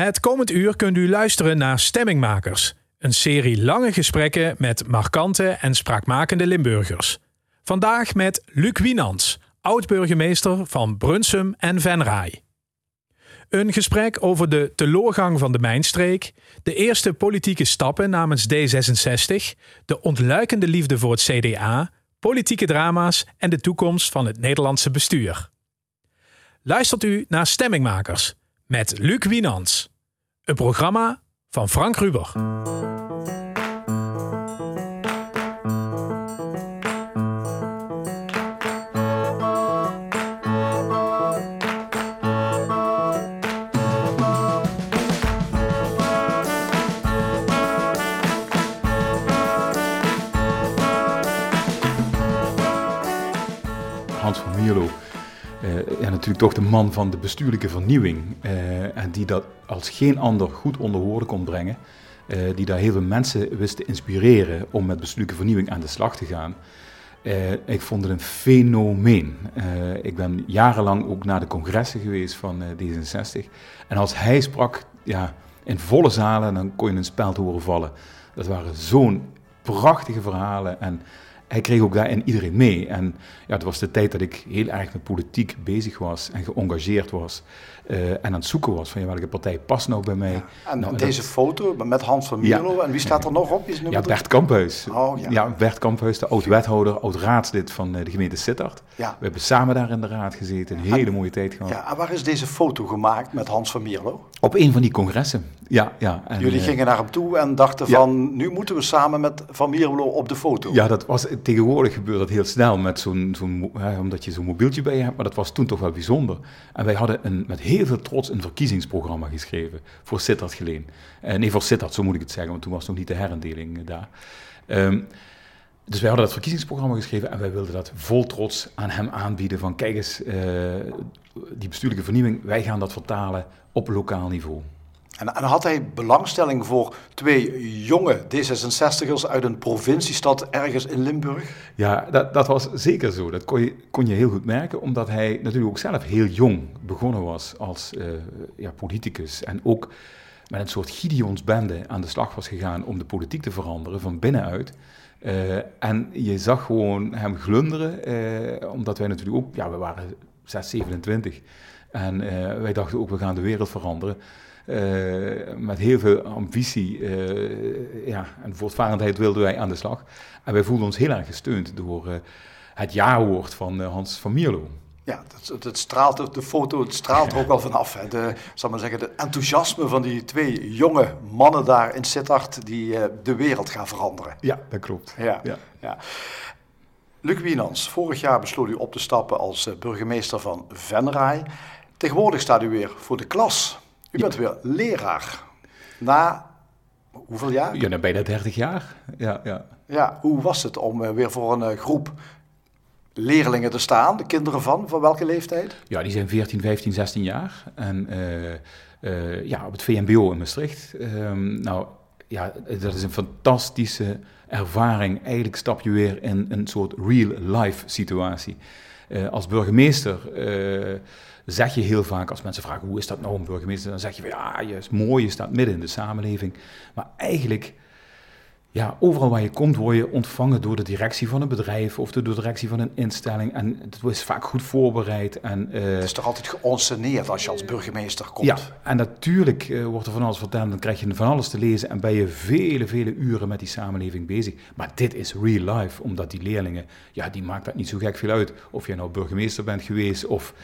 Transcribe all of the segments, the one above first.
Het komend uur kunt u luisteren naar Stemmingmakers. Een serie lange gesprekken met markante en spraakmakende Limburgers. Vandaag met Luc Wienans, oud-burgemeester van Brunsum en Venray. Een gesprek over de teloorgang van de mijnstreek, de eerste politieke stappen namens D66, de ontluikende liefde voor het CDA, politieke drama's en de toekomst van het Nederlandse bestuur. Luistert u naar Stemmingmakers met Luc Wienans. Een programma van Frank Ruber. Hans van Mierlo, natuurlijk toch de man van de bestuurlijke vernieuwing. En die dat als geen ander goed onder woorden kon brengen. Die daar heel veel mensen wist te inspireren om met bestuurlijke vernieuwing aan de slag te gaan. Ik vond het een fenomeen. Ik ben jarenlang ook naar de congressen geweest van D66. En als hij sprak, in volle zalen, dan kon je een speld horen vallen. Dat waren zo'n prachtige verhalen en hij kreeg ook daarin iedereen mee. En het was de tijd dat ik heel erg met politiek bezig was en geëngageerd was. En aan het zoeken was van welke partij past nou bij mij. Ja, en deze foto met Hans van Mierlo, en wie staat er nog op? Bert Kamphuis. Oh, ja. Bert Kamphuis, de oud-wethouder, oud-raadslid van de gemeente Sittard. Ja. We hebben samen daar in de raad gezeten, een hele mooie tijd gehad. Ja, en waar is deze foto gemaakt met Hans van Mierlo? Op een van die congressen, ja. En, jullie gingen naar hem toe en dachten van, nu moeten we samen met Van Mierlo op de foto. Ja, dat was, tegenwoordig gebeurt dat heel snel, met omdat je zo'n mobieltje bij je hebt, maar dat was toen toch wel bijzonder. En wij hadden met heel veel trots een verkiezingsprogramma geschreven voor Sittard Geleen. Voor Sittard, zo moet ik het zeggen, want toen was nog niet de herindeling daar. Dus wij hadden dat verkiezingsprogramma geschreven en wij wilden dat vol trots aan hem aanbieden van kijk eens, die bestuurlijke vernieuwing, wij gaan dat vertalen op lokaal niveau. En had hij belangstelling voor twee jonge D66'ers uit een provinciestad ergens in Limburg? Ja, dat was zeker zo. Dat kon je heel goed merken, omdat hij natuurlijk ook zelf heel jong begonnen was als politicus. En ook met een soort Gideonsbende aan de slag was gegaan om de politiek te veranderen van binnenuit. En je zag gewoon hem glunderen, omdat wij natuurlijk ook, we waren 27. En wij dachten ook, we gaan de wereld veranderen. Met heel veel ambitie en voortvarendheid wilden wij aan de slag. En wij voelden ons heel erg gesteund door het ja-woord van Hans van Mierlo. Ja, het straalt, de foto straalt er ook wel vanaf. Hè. Het enthousiasme van die twee jonge mannen daar in Sittard die de wereld gaan veranderen. Ja, dat klopt. Ja. Luc Wienans, vorig jaar besloot u op te stappen als burgemeester van Venray. Tegenwoordig staat u weer voor de klas. U bent weer leraar. Na hoeveel jaar? Ja, bijna 30 jaar. Ja, hoe was het om weer voor een groep leerlingen te staan? De kinderen van welke leeftijd? Ja, die zijn 14, 15, 16 jaar. En op het VMBO in Maastricht. Dat is een fantastische ervaring. Eigenlijk stap je weer in een soort real-life situatie. Als burgemeester zeg je heel vaak, als mensen vragen hoe is dat nou een burgemeester, dan zeg je je is mooi, je staat midden in de samenleving. Maar eigenlijk, overal waar je komt word je ontvangen door de directie van een bedrijf of door de directie van een instelling. En het is vaak goed voorbereid. En, het is toch altijd geënsceneerd als je als burgemeester komt? Ja, en natuurlijk wordt er van alles verteld, dan krijg je van alles te lezen en ben je vele uren met die samenleving bezig. Maar dit is real life, omdat die leerlingen, die maakt dat niet zo gek veel uit. Of je nou burgemeester bent geweest of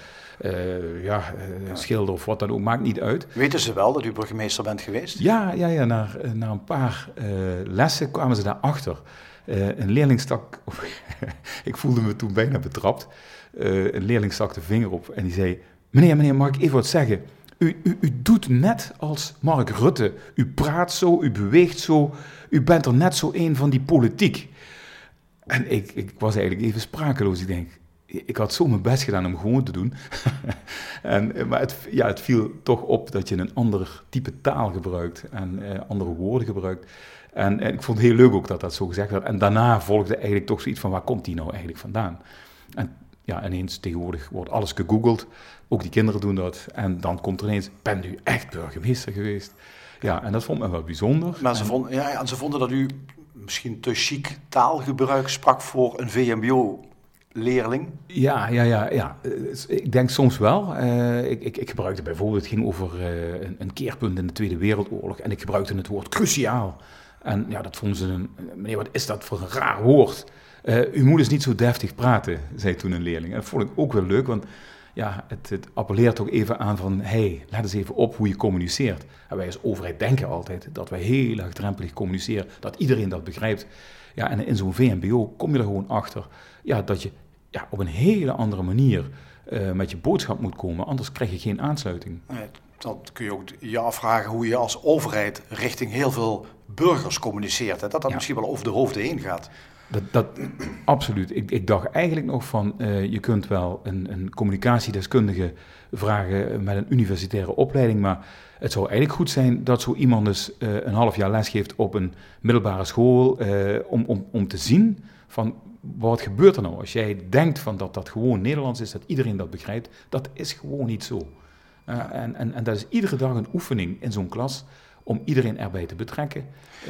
schilder of wat dan ook, maakt niet uit. Weten ze wel dat u burgemeester bent geweest? Ja, na een paar lessen kwamen ze daarachter. Een leerling stak, ik voelde me toen bijna betrapt, een leerling stak de vinger op en die zei, meneer, mag ik even wat zeggen? U doet net als Mark Rutte, u praat zo, u beweegt zo, u bent er net zo een van die politiek. En ik was eigenlijk even sprakeloos, ik denk, ik had zo mijn best gedaan om gewoon te doen. Maar het viel toch op dat je een ander type taal gebruikt en andere woorden gebruikt. En ik vond het heel leuk ook dat dat zo gezegd werd. En daarna volgde eigenlijk toch zoiets van, waar komt die nou eigenlijk vandaan? En Ja, ineens tegenwoordig wordt alles gegoogeld. Ook die kinderen doen dat. En dan komt er ineens, ben u echt burgemeester geweest? Ja, en dat vond men wel bijzonder. Maar ze vonden dat u misschien te chic taalgebruik sprak voor een VMBO-leerling. Ja. Ik denk soms wel. Ik gebruikte bijvoorbeeld, het ging over een keerpunt in de Tweede Wereldoorlog. En ik gebruikte het woord cruciaal. En ja, dat vonden ze meneer, wat is dat voor een raar woord? U moet eens niet zo deftig praten, zei toen een leerling. En dat vond ik ook wel leuk, want ja, het appelleert toch even aan van, hey, let eens even op hoe je communiceert. En wij als overheid denken altijd dat wij heel laagdrempelig communiceren, dat iedereen dat begrijpt. Ja, en in zo'n VMBO kom je er gewoon achter dat je op een hele andere manier met je boodschap moet komen, anders krijg je geen aansluiting. Nee, dan kun je ook je afvragen hoe je als overheid richting heel veel burgers communiceert. Hè? Dat misschien wel over de hoofden heen gaat. Dat absoluut. Ik dacht eigenlijk nog van, je kunt wel een communicatiedeskundige vragen met een universitaire opleiding, maar het zou eigenlijk goed zijn dat zo iemand dus een half jaar les geeft op een middelbare school, om te zien van, wat gebeurt er nou? Als jij denkt van dat gewoon Nederlands is, dat iedereen dat begrijpt, dat is gewoon niet zo. En dat is iedere dag een oefening in zo'n klas, om iedereen erbij te betrekken,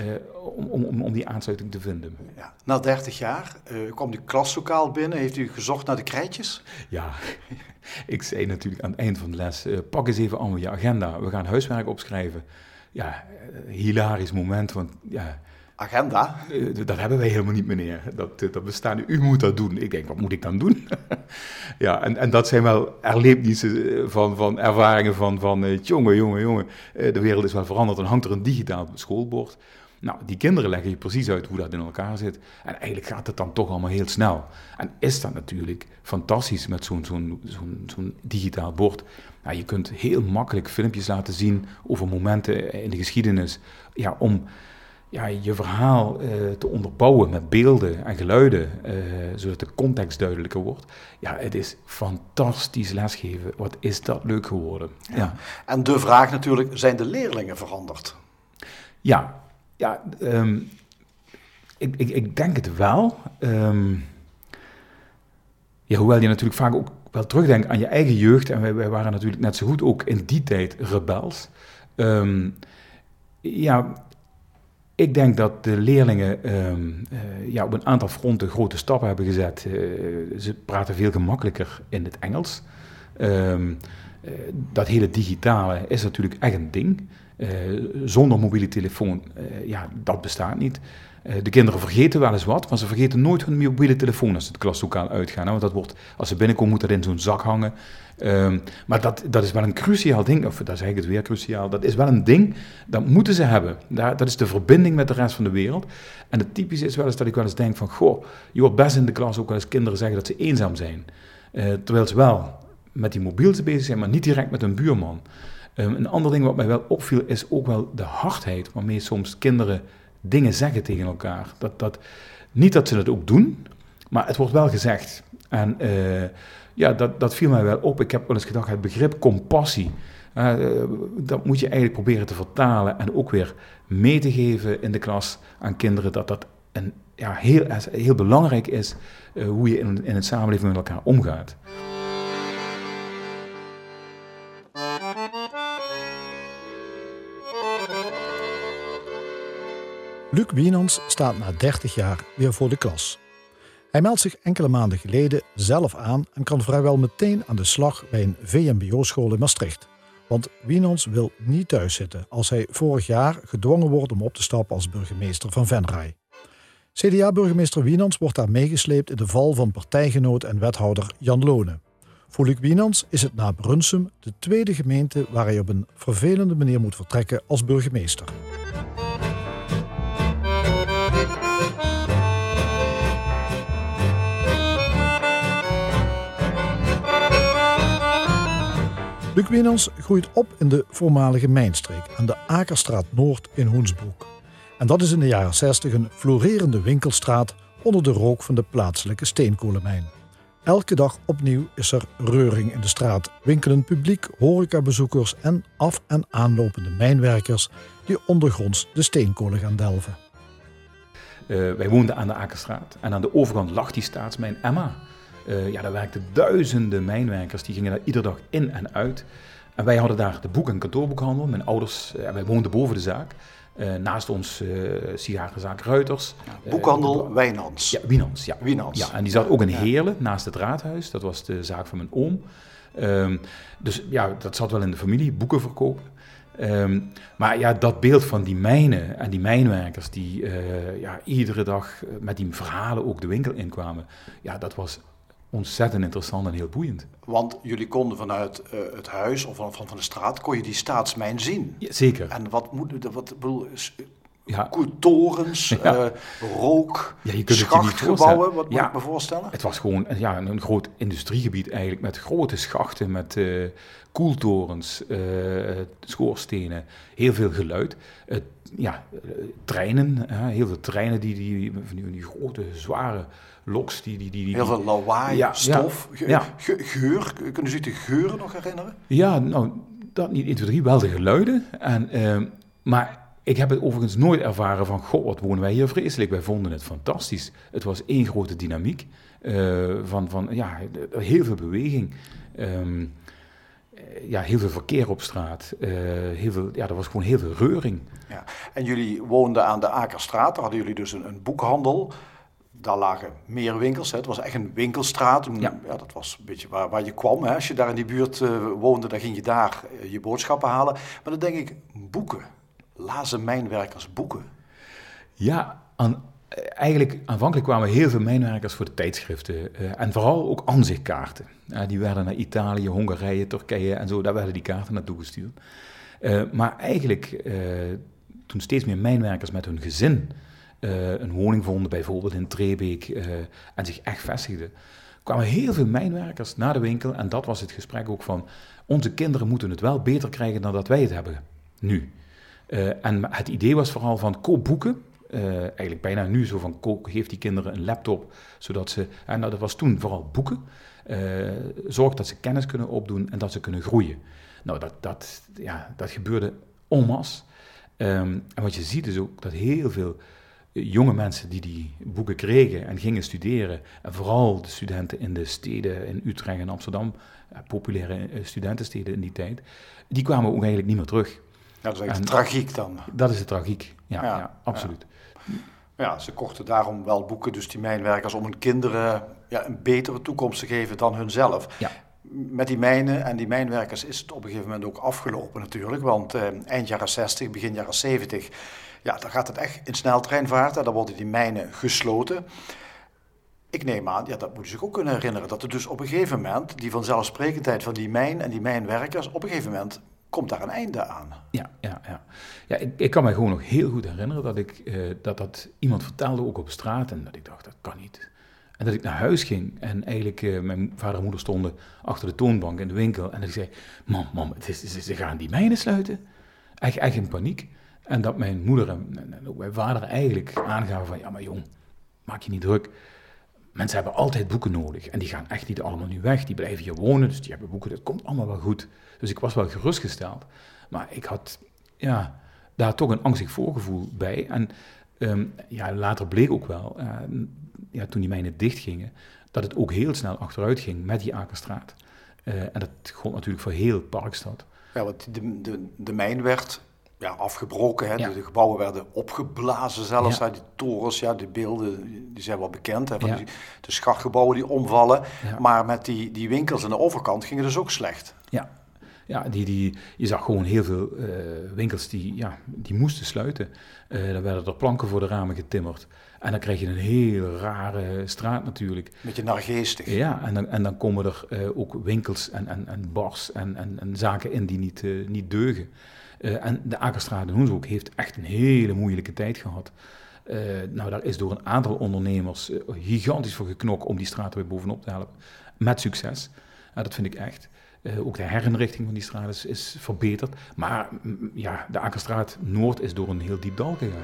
om die aansluiting te vinden. Ja. Na 30 jaar kwam u klaslokaal binnen. Heeft u gezocht naar de krijtjes? Ja, ik zei natuurlijk aan het eind van de les, pak eens even allemaal je agenda. We gaan huiswerk opschrijven. Ja, hilarisch moment, want ja... Agenda? Dat hebben wij helemaal niet, meneer. Dat bestaat nu. U moet dat doen. Ik denk, wat moet ik dan doen? Ja, en dat zijn wel erlebnissen van ervaringen van jongen. De wereld is wel veranderd en hangt er een digitaal schoolbord. Nou, die kinderen leggen je precies uit hoe dat in elkaar zit. En eigenlijk gaat het dan toch allemaal heel snel. En is dat natuurlijk fantastisch met zo'n digitaal bord. Nou, je kunt heel makkelijk filmpjes laten zien over momenten in de geschiedenis. Ja, om je verhaal te onderbouwen met beelden en geluiden, zodat de context duidelijker wordt. Ja, het is fantastisch lesgeven. Wat is dat leuk geworden. Ja. En de vraag natuurlijk, zijn de leerlingen veranderd? Ik denk het wel. Hoewel je natuurlijk vaak ook wel terugdenkt aan je eigen jeugd. En wij waren natuurlijk net zo goed ook in die tijd rebels. Ik denk dat de leerlingen op een aantal fronten grote stappen hebben gezet. Ze praten veel gemakkelijker in het Engels. Dat hele digitale is natuurlijk echt een ding. Zonder mobiele telefoon, dat bestaat niet. De kinderen vergeten wel eens wat, maar ze vergeten nooit hun mobiele telefoon als ze het klaslokaal uitgaan. Hè? Want dat wordt, als ze binnenkomen, moet dat in zo'n zak hangen. Maar dat is wel een cruciaal ding, of daar zeg ik het weer cruciaal, dat is wel een ding, dat moeten ze hebben. Dat is de verbinding met de rest van de wereld. En het typische is wel eens dat ik wel eens denk van, goh, je hoort best in de klas ook wel eens kinderen zeggen dat ze eenzaam zijn. Terwijl ze wel met die mobieltje bezig zijn, maar niet direct met hun buurman. Een ander ding wat mij wel opviel is ook wel de hardheid waarmee soms kinderen dingen zeggen tegen elkaar. Niet dat ze het ook doen, maar het wordt wel gezegd. En dat viel mij wel op. Ik heb wel eens gedacht, het begrip compassie, dat moet je eigenlijk proberen te vertalen en ook weer mee te geven in de klas aan kinderen, dat heel belangrijk is hoe je in het samenleving met elkaar omgaat. Luc Wienans staat na 30 jaar weer voor de klas. Hij meldt zich enkele maanden geleden zelf aan en kan vrijwel meteen aan de slag bij een VMBO-school in Maastricht. Want Wienans wil niet thuis zitten als hij vorig jaar gedwongen wordt om op te stappen als burgemeester van Venray. CDA-burgemeester Wienans wordt daar meegesleept in de val van partijgenoot en wethouder Jan Lone. Voor Luc Wienans is het na Brunsum de tweede gemeente waar hij op een vervelende manier moet vertrekken als burgemeester. Luc Wienans groeit op in de voormalige mijnstreek aan de Akerstraat Noord in Hoensbroek. En dat is in de jaren 60 een florerende winkelstraat onder de rook van de plaatselijke steenkolenmijn. Elke dag opnieuw is er reuring in de straat. Winkelend publiek, horecabezoekers en af- en aanlopende mijnwerkers die ondergronds de steenkolen gaan delven. Wij woonden aan de Akerstraat en aan de overkant lag die staatsmijn Emma. Daar werkten duizenden mijnwerkers, die gingen daar iedere dag in en uit. En wij hadden daar de boek- en kantoorboekhandel. Mijn ouders, wij woonden boven de zaak. Naast ons sigarenzaak Ruiters. Boekhandel Wijnands. Ja, Wienans. Ja. Wienans. Ja, en die zat ook in Heerlen, naast het raadhuis. Dat was de zaak van mijn oom. Dus ja, dat zat wel in de familie, boeken verkopen. Maar ja, dat beeld van die mijnen en die mijnwerkers die iedere dag met die verhalen ook de winkel inkwamen. Ja, dat was ontzettend interessant en heel boeiend. Want jullie konden vanuit het huis of van de straat, kon je die staatsmijn zien. Ja, zeker. En Ja. torens, rook, Ja, je kunt schachtgebouwen, wat moet ik me voorstellen? Het was gewoon een groot industriegebied eigenlijk, met grote schachten, met koeltorens, schoorstenen, heel veel geluid. Treinen, heel veel treinen, die grote, zware loks. Heel veel lawaai, stof, geur. Kunnen u zich de geuren nog herinneren? Ja, nou, dat niet 1, 2, 3, wel de geluiden. Maar ik heb het overigens nooit ervaren van, goh, wat wonen wij hier vreselijk. Wij vonden het fantastisch. Het was één grote dynamiek, heel veel beweging. Heel veel verkeer op straat. Er was gewoon heel veel reuring. Ja. En jullie woonden aan de Akerstraat, daar hadden jullie dus een boekhandel. Daar lagen meer winkels. Hè. Het was echt een winkelstraat. Ja, dat was een beetje waar je kwam. Hè. Als je daar in die buurt woonde, dan ging je daar je boodschappen halen. Maar dan denk ik, boeken. Lazen mijnwerkers boeken? Ja, eigenlijk aanvankelijk kwamen heel veel mijnwerkers voor de tijdschriften. En vooral ook aanzichtkaarten. Die werden naar Italië, Hongarije, Turkije en zo. Daar werden die kaarten naartoe gestuurd. Maar eigenlijk, toen steeds meer mijnwerkers met hun gezin een woning vonden, bijvoorbeeld in Trebeek, en zich echt vestigden, kwamen heel veel mijnwerkers naar de winkel. En dat was het gesprek ook van, onze kinderen moeten het wel beter krijgen dan dat wij het hebben nu. En het idee was vooral van, koop boeken. Eigenlijk bijna nu zo van, geef die kinderen een laptop, zodat ze, dat was toen vooral boeken. Zorg dat ze kennis kunnen opdoen en dat ze kunnen groeien. Nou, dat gebeurde en masse. En wat je ziet is ook dat heel veel jonge mensen die boeken kregen en gingen studeren, en vooral de studenten in de steden, in Utrecht en Amsterdam, populaire studentensteden in die tijd, die kwamen ook eigenlijk niet meer terug. Ja, dat is eigenlijk de tragiek dan. Dat is de tragiek, ja, absoluut. Ja, ze kochten daarom wel boeken, dus die mijnwerkers, om hun kinderen een betere toekomst te geven dan hunzelf. Ja. Met die mijnen en die mijnwerkers is het op een gegeven moment ook afgelopen natuurlijk, want eind jaren 60, begin jaren 70, dan gaat het echt in sneltreinvaart en dan worden die mijnen gesloten. Ik neem aan, dat moet je zich ook kunnen herinneren, dat er dus op een gegeven moment, die vanzelfsprekendheid van die mijn en die mijnwerkers, op een gegeven moment komt daar een einde aan. Ja, ik kan me gewoon nog heel goed herinneren dat iemand vertelde, ook op straat, en dat ik dacht, dat kan niet. En dat ik naar huis ging en eigenlijk mijn vader en moeder stonden achter de toonbank in de winkel. En dat ik zei, mam, ze gaan die mijnen sluiten. Echt in paniek. En dat mijn moeder en ook mijn vader eigenlijk aangaven van, ja maar jong, maak je niet druk. Mensen hebben altijd boeken nodig en die gaan echt niet allemaal nu weg. Die blijven hier wonen, dus die hebben boeken, dat komt allemaal wel goed. Dus ik was wel gerustgesteld. Maar ik had daar toch een angstig voorgevoel bij. En later bleek ook wel, toen die mijnen dichtgingen, dat het ook heel snel achteruit ging met die Akerstraat. En dat gold natuurlijk voor heel Parkstad. Ja, want de mijn werd afgebroken. Hè? Ja. De gebouwen werden opgeblazen zelfs. Die torens, de beelden, die zijn wel bekend. Hè? Van de schachtgebouwen die omvallen. Ja. Maar met die winkels aan de overkant ging het dus ook slecht. Ja, je zag gewoon heel veel winkels die moesten sluiten. Dan werden er planken voor de ramen getimmerd. En dan krijg je een heel rare straat natuurlijk. Beetje naargeestig. Ja, en dan komen er ook winkels en bars en zaken in die niet deugen. En de Akerstraat in Hoensbroek heeft echt een hele moeilijke tijd gehad. Daar is door een aantal ondernemers gigantisch voor geknokt om die straat weer bovenop te helpen. Met succes. Dat vind ik echt. Ook de herinrichting van die straat is verbeterd. Maar de Akerstraat Noord is door een heel diep dal gegaan.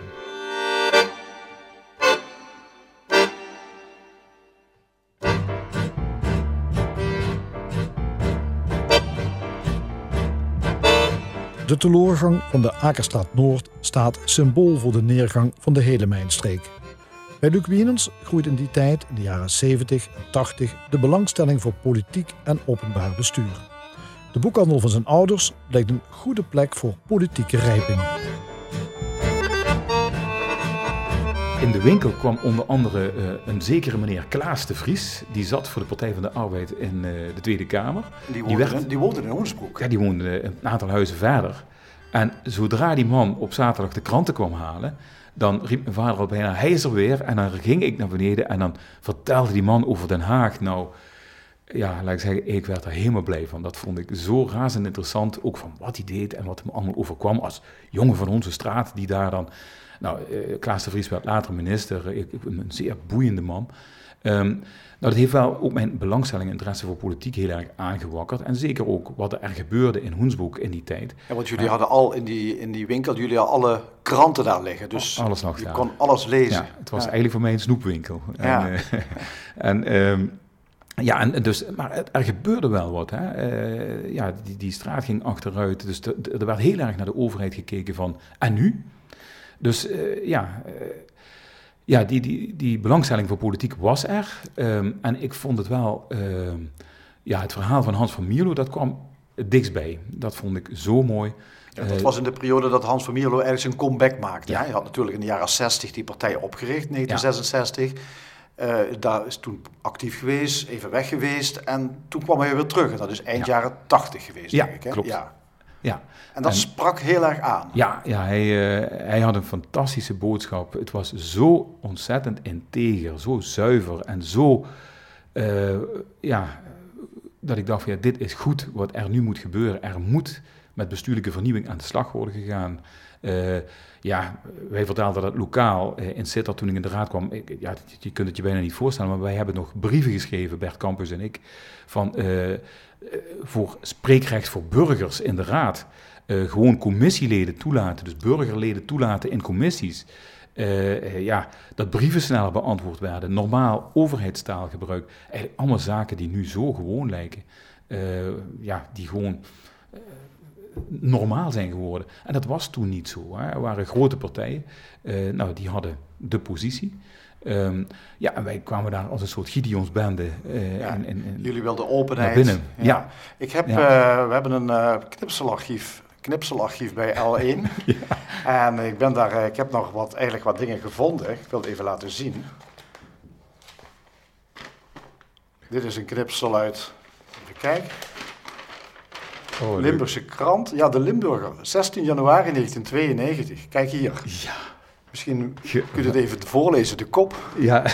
De teloorgang van de Akerstraat Noord staat symbool voor de neergang van de hele mijnstreek. Bij Luc Wienans groeit in die tijd, in de jaren 70 en 80, de belangstelling voor politiek en openbaar bestuur. De boekhandel van zijn ouders blijkt een goede plek voor politieke rijping. In de winkel kwam onder andere een zekere meneer Klaas de Vries. Die zat voor de Partij van de Arbeid in de Tweede Kamer. Die woonde in Hoensbroek. Ja, die woonde een aantal huizen verder. En zodra die man op zaterdag de kranten kwam halen, dan riep mijn vader al bijna, hij is er weer. En dan ging ik naar beneden en dan vertelde die man over Den Haag. Nou, ja, laat ik zeggen, ik werd er helemaal blij van. Dat vond ik zo razend interessant, ook van wat hij deed en wat hem allemaal overkwam als jongen van onze straat die daar dan... Nou, Klaas de Vries werd later minister, een zeer boeiende man. Nou, dat heeft wel ook mijn belangstelling en interesse voor politiek heel erg aangewakkerd. En zeker ook wat er gebeurde in Hoensbroek in die tijd. Ja, want jullie hadden al in die winkel, jullie hadden alle kranten daar liggen. Dus alles lag je daar. kon alles lezen. Ja, het was eigenlijk voor mij een snoepwinkel. Ja. Maar er gebeurde wel wat. Hè. Die straat ging achteruit. Dus er werd heel erg naar de overheid gekeken van, en nu? Dus die belangstelling voor politiek was er. En ik vond het wel... het verhaal van Hans van Mierlo, dat kwam het dichtst bij. Dat vond ik zo mooi. Ja, dat was in de periode dat Hans van Mierlo eigenlijk zijn comeback maakte. Ja. Hij had natuurlijk in de jaren 60 die partij opgericht, 1966. Daar is toen actief geweest, even weg geweest. En toen kwam hij weer terug. En dat is eind jaren 80 geweest, denk ik. Hè? Klopt. Ja. En dat sprak heel erg aan. Ja, hij had een fantastische boodschap. Het was zo ontzettend integer, zo zuiver en zo... dat ik dacht van, dit is goed wat er nu moet gebeuren. Er moet met bestuurlijke vernieuwing aan de slag worden gegaan. Wij vertelden dat lokaal in Sittard toen ik in de raad kwam. Je kunt het je bijna niet voorstellen, maar wij hebben nog brieven geschreven, Bert Campus en ik, voor spreekrecht voor burgers in de raad. Gewoon commissieleden toelaten, dus burgerleden toelaten in commissies. Dat brieven sneller beantwoord werden, normaal overheidstaalgebruik. Eigenlijk allemaal zaken die nu zo gewoon lijken. Die gewoon normaal zijn geworden. En dat was toen niet zo. Hè. Er waren grote partijen, die hadden de positie. En wij kwamen daar als een soort Gideonsbende. Jullie wilden openheid. Naar binnen. Ja. We hebben een knipselarchief bij L1. Ja. En ik heb nog wat dingen gevonden. Ik wil het even laten zien. Dit is een knipsel uit, even kijken. Limburgse krant. Ja, de Limburger. 16 januari 1992. Kijk hier. Ja. Misschien kun je het even voorlezen, de kop. Ja.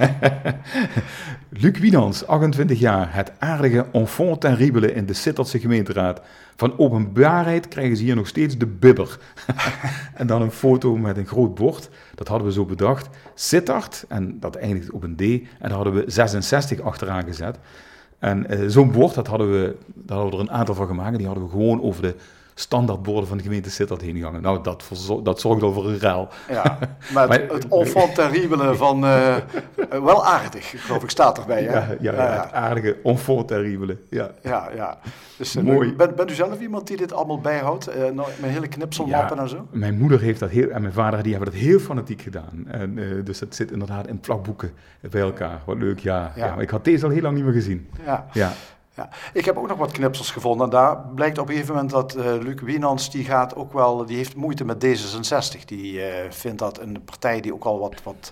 Luc Wienans, 28 jaar. Het aardige enfant terrible in de Sittardse gemeenteraad. Van openbaarheid krijgen ze hier nog steeds de bibber. En dan een foto met een groot bord. Dat hadden we zo bedacht. Sittard, en dat eindigt op een D. En daar hadden we 66 achteraan gezet. En zo'n bord, daar hadden we er een aantal van gemaakt. Die hadden we gewoon over de standaardborden van de gemeente Sittard heen gehangen. Nou, dat zorgde al voor een ruil. Ja, maar het enfant terrible van... wel aardig, geloof ik, staat erbij. Hè? Ja, het aardige enfant terrible. Ja. Dus, mooi. Bent u zelf iemand die dit allemaal bijhoudt? Met hele knipselmappen en zo? Mijn moeder heeft dat en mijn vader die hebben dat heel fanatiek gedaan. En, dus dat zit inderdaad in plakboeken bij elkaar. Wat leuk, ja. Maar ik had deze al heel lang niet meer gezien. Ja. Ik heb ook nog wat knipsels gevonden en daar blijkt op een gegeven moment dat Luc Wienans, die heeft moeite met D66. Die vindt dat een partij die ook al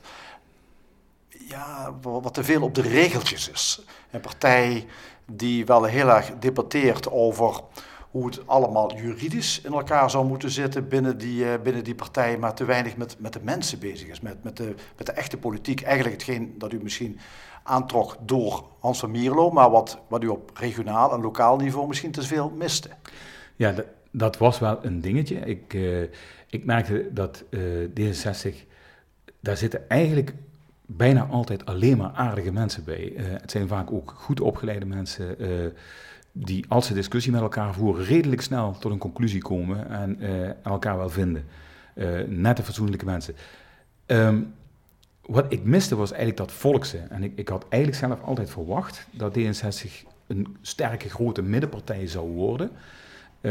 wat te veel op de regeltjes is. Een partij die wel heel erg debatteert over hoe het allemaal juridisch in elkaar zou moeten zitten binnen die partij, maar te weinig met de mensen bezig is, met de echte politiek. Eigenlijk hetgeen dat u misschien aantrok door Hans van Mierlo, maar wat u op regionaal en lokaal niveau misschien te veel miste. Ja, dat was wel een dingetje. Ik merkte dat D66, daar zitten eigenlijk bijna altijd alleen maar aardige mensen bij. Het zijn vaak ook goed opgeleide mensen die, als ze discussie met elkaar voeren, redelijk snel tot een conclusie komen en elkaar wel vinden. Nette, fatsoenlijke mensen. Wat ik miste was eigenlijk dat volkse. En ik had eigenlijk zelf altijd verwacht dat D66 een sterke, grote middenpartij zou worden.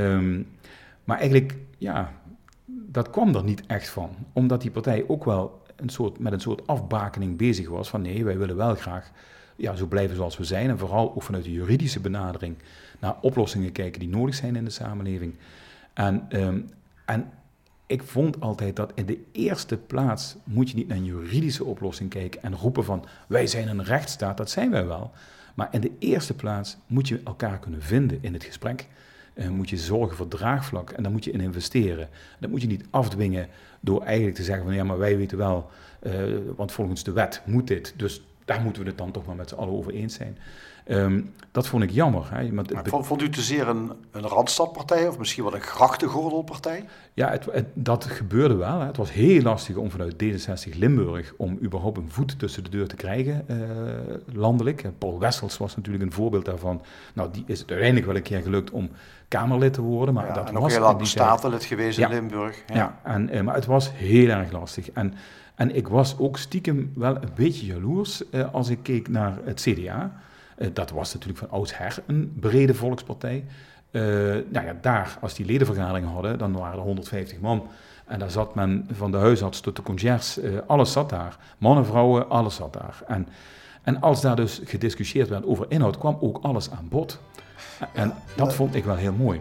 Maar eigenlijk, dat kwam er niet echt van. Omdat die partij ook wel met een soort afbakening bezig was van nee, wij willen wel graag zo blijven zoals we zijn en vooral ook vanuit de juridische benadering naar oplossingen kijken die nodig zijn in de samenleving. En ik vond altijd dat in de eerste plaats moet je niet naar een juridische oplossing kijken en roepen van wij zijn een rechtsstaat, dat zijn wij wel. Maar in de eerste plaats moet je elkaar kunnen vinden in het gesprek. Moet je zorgen voor draagvlak en daar moet je in investeren. Dat moet je niet afdwingen door eigenlijk te zeggen van ja, maar wij weten wel, want volgens de wet moet dit, dus daar moeten we het dan toch maar met z'n allen over eens zijn. Dat vond ik jammer. Hè. Vond u te zeer een randstadpartij of misschien wel een grachtengordelpartij? Ja, dat gebeurde wel. Hè. Het was heel lastig om vanuit D66 Limburg om überhaupt een voet tussen de deur te krijgen, landelijk. Paul Wessels was natuurlijk een voorbeeld daarvan. Nou, die is het uiteindelijk wel een keer gelukt om Kamerlid te worden. Maar dat en was ook heel lang statenlid geweest in Limburg. Maar het was heel erg lastig. En ik was ook stiekem wel een beetje jaloers als ik keek naar het CDA. Dat was natuurlijk van oudsher een brede volkspartij. Daar, als die ledenvergaderingen hadden, dan waren er 150 man. En daar zat men van de huisarts tot de conciërge, alles zat daar. Mannen, vrouwen, alles zat daar. En als daar dus gediscussieerd werd over inhoud, kwam ook alles aan bod. En dat vond ik wel heel mooi.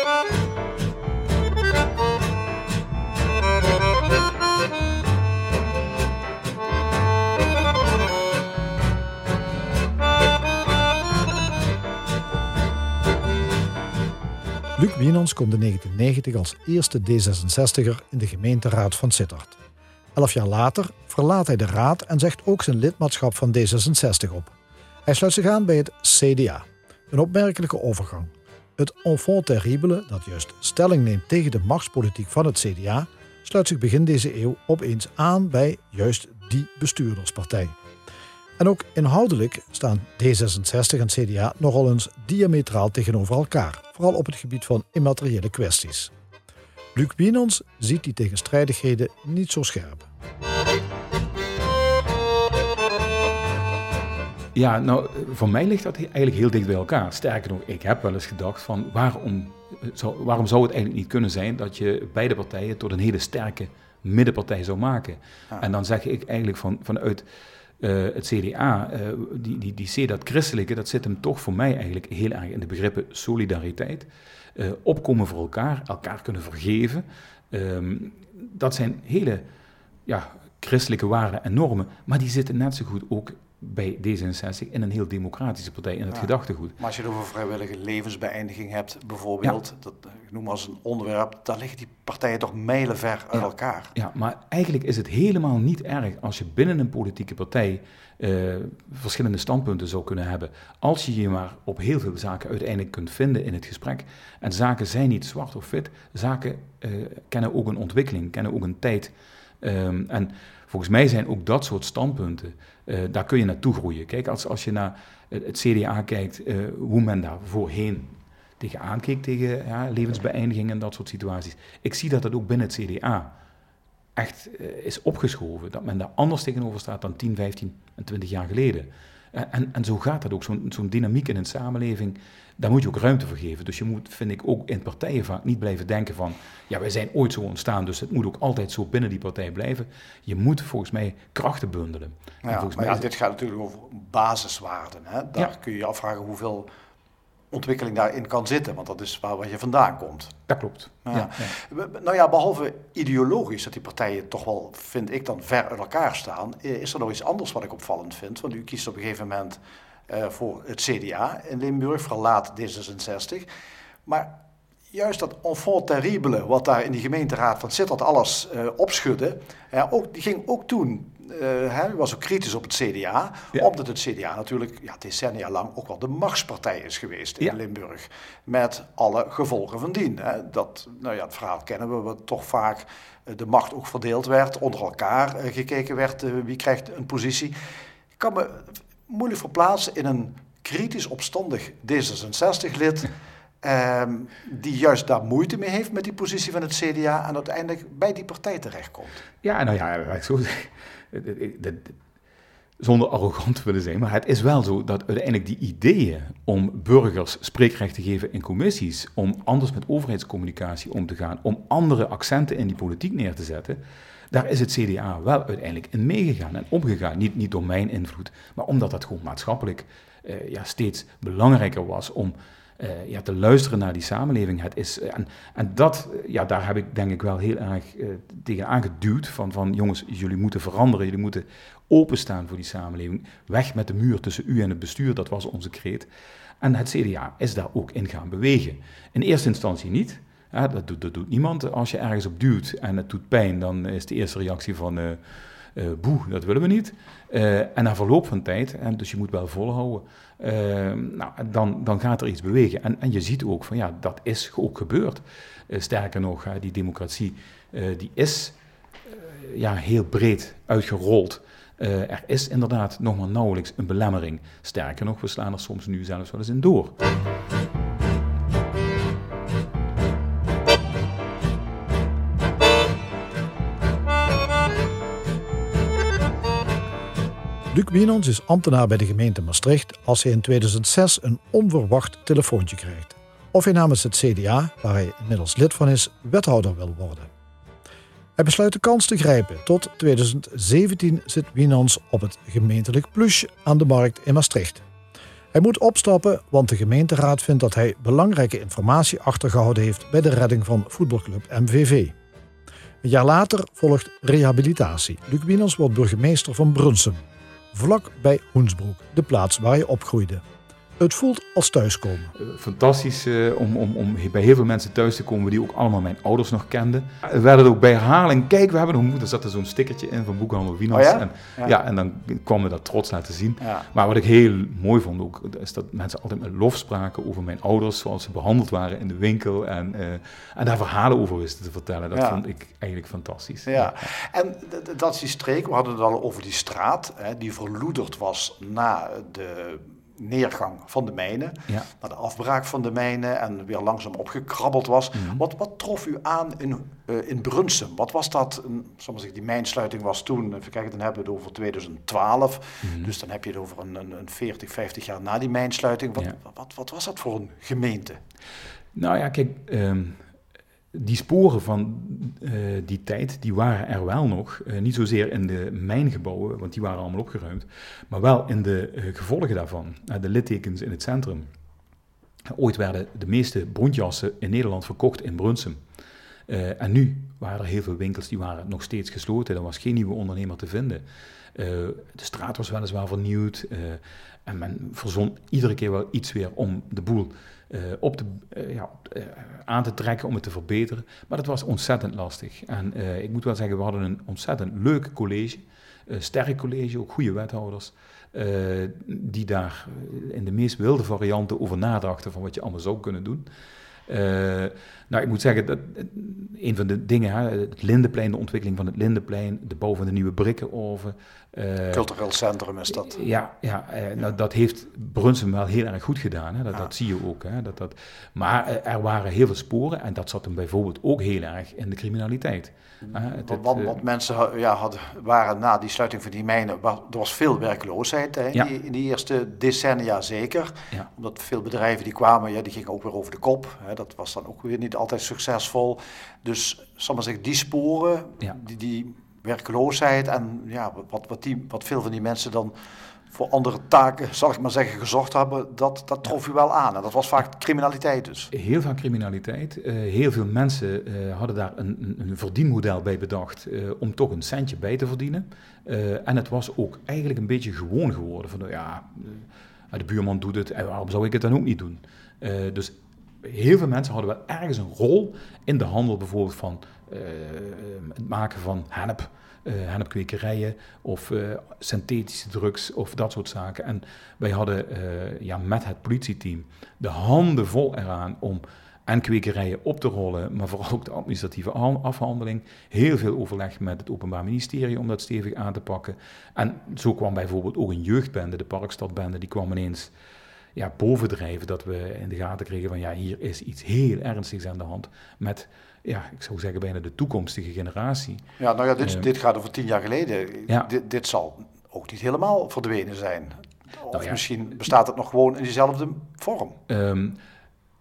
Luc Wienans komt in 1990 als eerste D66er in de gemeenteraad van Sittard. 11 jaar later verlaat hij de raad en zegt ook zijn lidmaatschap van D66 op. Hij sluit zich aan bij het CDA. Een opmerkelijke overgang. Het enfant terrible, dat juist stelling neemt tegen de machtspolitiek van het CDA, sluit zich begin deze eeuw opeens aan bij juist die bestuurderspartij. En ook inhoudelijk staan D66 en CDA nogal eens diametraal tegenover elkaar, vooral op het gebied van immateriële kwesties. Luc Wienans ziet die tegenstrijdigheden niet zo scherp. Ja, nou, voor mij ligt dat eigenlijk heel dicht bij elkaar. Sterker nog, ik heb wel eens gedacht van waarom zou het eigenlijk niet kunnen zijn dat je beide partijen tot een hele sterke middenpartij zou maken. Ja. En dan zeg ik eigenlijk vanuit het CDA, dat christelijke, dat zit hem toch voor mij eigenlijk heel erg in de begrippen solidariteit. Opkomen voor elkaar kunnen vergeven. Dat zijn hele christelijke waarden en normen, maar die zitten net zo goed ook bij D66 in een heel democratische partij in het gedachtegoed. Maar als je het over vrijwillige levensbeëindiging hebt bijvoorbeeld, dat ik noem als een onderwerp, daar liggen die partijen toch mijlenver uit elkaar. Ja, maar eigenlijk is het helemaal niet erg als je binnen een politieke partij verschillende standpunten zou kunnen hebben. Als je je maar op heel veel zaken uiteindelijk kunt vinden in het gesprek. En zaken zijn niet zwart of wit. Zaken kennen ook een ontwikkeling, kennen ook een tijd. En volgens mij zijn ook dat soort standpunten, daar kun je naartoe groeien. Kijk, als je naar het CDA kijkt, hoe men daar voorheen tegenaan keek, tegen levensbeëindiging en dat soort situaties. Ik zie dat ook binnen het CDA echt is opgeschoven. Dat men daar anders tegenover staat dan 10, 15 en 20 jaar geleden. En zo gaat dat ook, zo'n dynamiek in een samenleving, daar moet je ook ruimte voor geven. Dus je moet, vind ik, ook in partijen vaak niet blijven denken van, ja, wij zijn ooit zo ontstaan, dus het moet ook altijd zo binnen die partij blijven. Je moet volgens mij krachten bundelen. Dit gaat natuurlijk over basiswaarden. Hè? Daar kun je je afvragen hoeveel ontwikkeling daarin kan zitten, want dat is waar je vandaan komt. Dat klopt. Nou ja, behalve ideologisch, dat die partijen toch wel, vind ik dan, ver uit elkaar staan, is er nog iets anders wat ik opvallend vind. Want u kiest op een gegeven moment voor het CDA in Limburg, verlaat D66. Maar juist dat enfant terrible, wat daar in die gemeenteraad van Sittard alles opschudde, die ging ook toen. Hij was ook kritisch op het CDA, omdat het CDA natuurlijk decennia lang ook wel de machtspartij is geweest in Limburg. Met alle gevolgen van dien. Het verhaal kennen we toch vaak de macht ook verdeeld werd, onder elkaar gekeken werd wie krijgt een positie. Ik kan me moeilijk verplaatsen in een kritisch opstandig D66-lid die juist daar moeite mee heeft met die positie van het CDA en uiteindelijk bij die partij terechtkomt. Ja, nou ja, ik zo zeggen. Zonder arrogant te willen zijn, maar het is wel zo dat uiteindelijk die ideeën om burgers spreekrecht te geven in commissies, om anders met overheidscommunicatie om te gaan, om andere accenten in die politiek neer te zetten, Daar is het CDA wel uiteindelijk in meegegaan en omgegaan. Niet door mijn invloed, maar omdat dat gewoon maatschappelijk steeds belangrijker was om te luisteren naar die samenleving. Het is, en dat, daar heb ik denk ik wel heel erg tegen aangeduwd van jongens, jullie moeten veranderen, jullie moeten openstaan voor die samenleving. Weg met de muur tussen u en het bestuur, dat was onze kreet. En het CDA is daar ook in gaan bewegen. In eerste instantie niet. Dat doet niemand. Als je ergens op duwt en het doet pijn, dan is de eerste reactie van boe, dat willen we niet. En na verloop van tijd, dus je moet wel volhouden, dan gaat er iets bewegen. En je ziet ook van dat is ook gebeurd. Sterker nog, die democratie die is heel breed uitgerold. Er is inderdaad nog maar nauwelijks een belemmering. Sterker nog, we slaan er soms nu zelfs wel eens in door. Luc Wienans is ambtenaar bij de gemeente Maastricht als hij in 2006 een onverwacht telefoontje krijgt. Of hij namens het CDA, waar hij inmiddels lid van is, wethouder wil worden. Hij besluit de kans te grijpen. Tot 2017 zit Wienans op het gemeentelijk Pluche aan de markt in Maastricht. Hij moet opstappen, want de gemeenteraad vindt dat hij belangrijke informatie achtergehouden heeft bij de redding van voetbalclub MVV. Een jaar later volgt rehabilitatie. Luc Wienans wordt burgemeester van Brunsum, vlak bij Hoensbroek, de plaats waar hij opgroeide. Het voelt als thuiskomen. Fantastisch om bij heel veel mensen thuis te komen die ook allemaal mijn ouders nog kenden. We werden ook bij herhaling, kijk, we hebben nog moeder, er zat er zo'n stickertje in van boekhandel Wienans. Oh ja? En dan kwam we dat trots laten zien. Ja. Maar wat ik heel mooi vond ook, is dat mensen altijd met lof spraken over mijn ouders, zoals ze behandeld waren in de winkel en daar verhalen over wisten te vertellen. Dat vond ik eigenlijk fantastisch. Ja. En dat is die streek, we hadden het al over die straat, die verloederd was na de neergang van de mijnen, naar de afbraak van de mijnen en weer langzaam opgekrabbeld was. Mm-hmm. Wat trof u aan in Brunsum? Wat was dat? Die mijnsluiting was toen, even kijken, dan hebben we het over 2012. Mm-hmm. Dus dan heb je het over een 40, 50 jaar na die mijnsluiting. Wat was dat voor een gemeente? Nou ja, kijk, die sporen van die tijd, die waren er wel nog. Niet zozeer in de mijngebouwen, want die waren allemaal opgeruimd. Maar wel in de gevolgen daarvan. De littekens in het centrum. Ooit werden de meeste brontjassen in Nederland verkocht in Brunsum. En nu waren er heel veel winkels die waren nog steeds gesloten. Er was geen nieuwe ondernemer te vinden. De straat was weliswaar vernieuwd. En men verzon iedere keer wel iets weer om de boel aan te trekken, om het te verbeteren. Maar dat was ontzettend lastig. En ik moet wel zeggen, we hadden een ontzettend leuk college. Sterk college, ook goede wethouders. Die daar in de meest wilde varianten over nadachten van wat je allemaal zou kunnen doen. Ik moet zeggen, dat een van de dingen, het Lindenplein, de ontwikkeling van het Lindenplein, de bouw van de nieuwe brikkenoven. Cultureel centrum is dat. Dat heeft Brunsum wel heel erg goed gedaan. Hè. Dat zie je ook. Hè. Maar er waren heel veel sporen en dat zat hem bijvoorbeeld ook heel erg in de criminaliteit. Want mensen waren na die sluiting van die mijnen, er was veel werkloosheid in die eerste decennia zeker. Ja. Omdat veel bedrijven die kwamen, die gingen ook weer over de kop. Hè. Dat was dan ook weer niet altijd succesvol. Dus, zal maar zeggen, die sporen, die werkloosheid en wat veel van die mensen dan voor andere taken, zal ik maar zeggen, gezocht hebben, dat trof u wel aan. En dat was vaak criminaliteit dus. Heel vaak criminaliteit. Heel veel mensen hadden daar een verdienmodel bij bedacht om toch een centje bij te verdienen. En het was ook eigenlijk een beetje gewoon geworden. Van de buurman doet het, en waarom zou ik het dan ook niet doen? Dus heel veel mensen hadden wel ergens een rol in de handel, bijvoorbeeld van het maken van hennepkwekerijen of synthetische drugs of dat soort zaken. En wij hadden met het politieteam de handen vol eraan om kwekerijen op te rollen, maar vooral ook de administratieve afhandeling. Heel veel overleg met het Openbaar Ministerie om dat stevig aan te pakken. En zo kwam bijvoorbeeld ook een jeugdbende, de Parkstadbende, die kwam ineens bovendrijven, dat we in de gaten kregen van hier is iets heel ernstigs aan de hand met, ik zou zeggen bijna de toekomstige generatie. Dit gaat over 10 jaar geleden. Dit zal ook niet helemaal verdwenen zijn. Of misschien bestaat het nog gewoon in diezelfde vorm.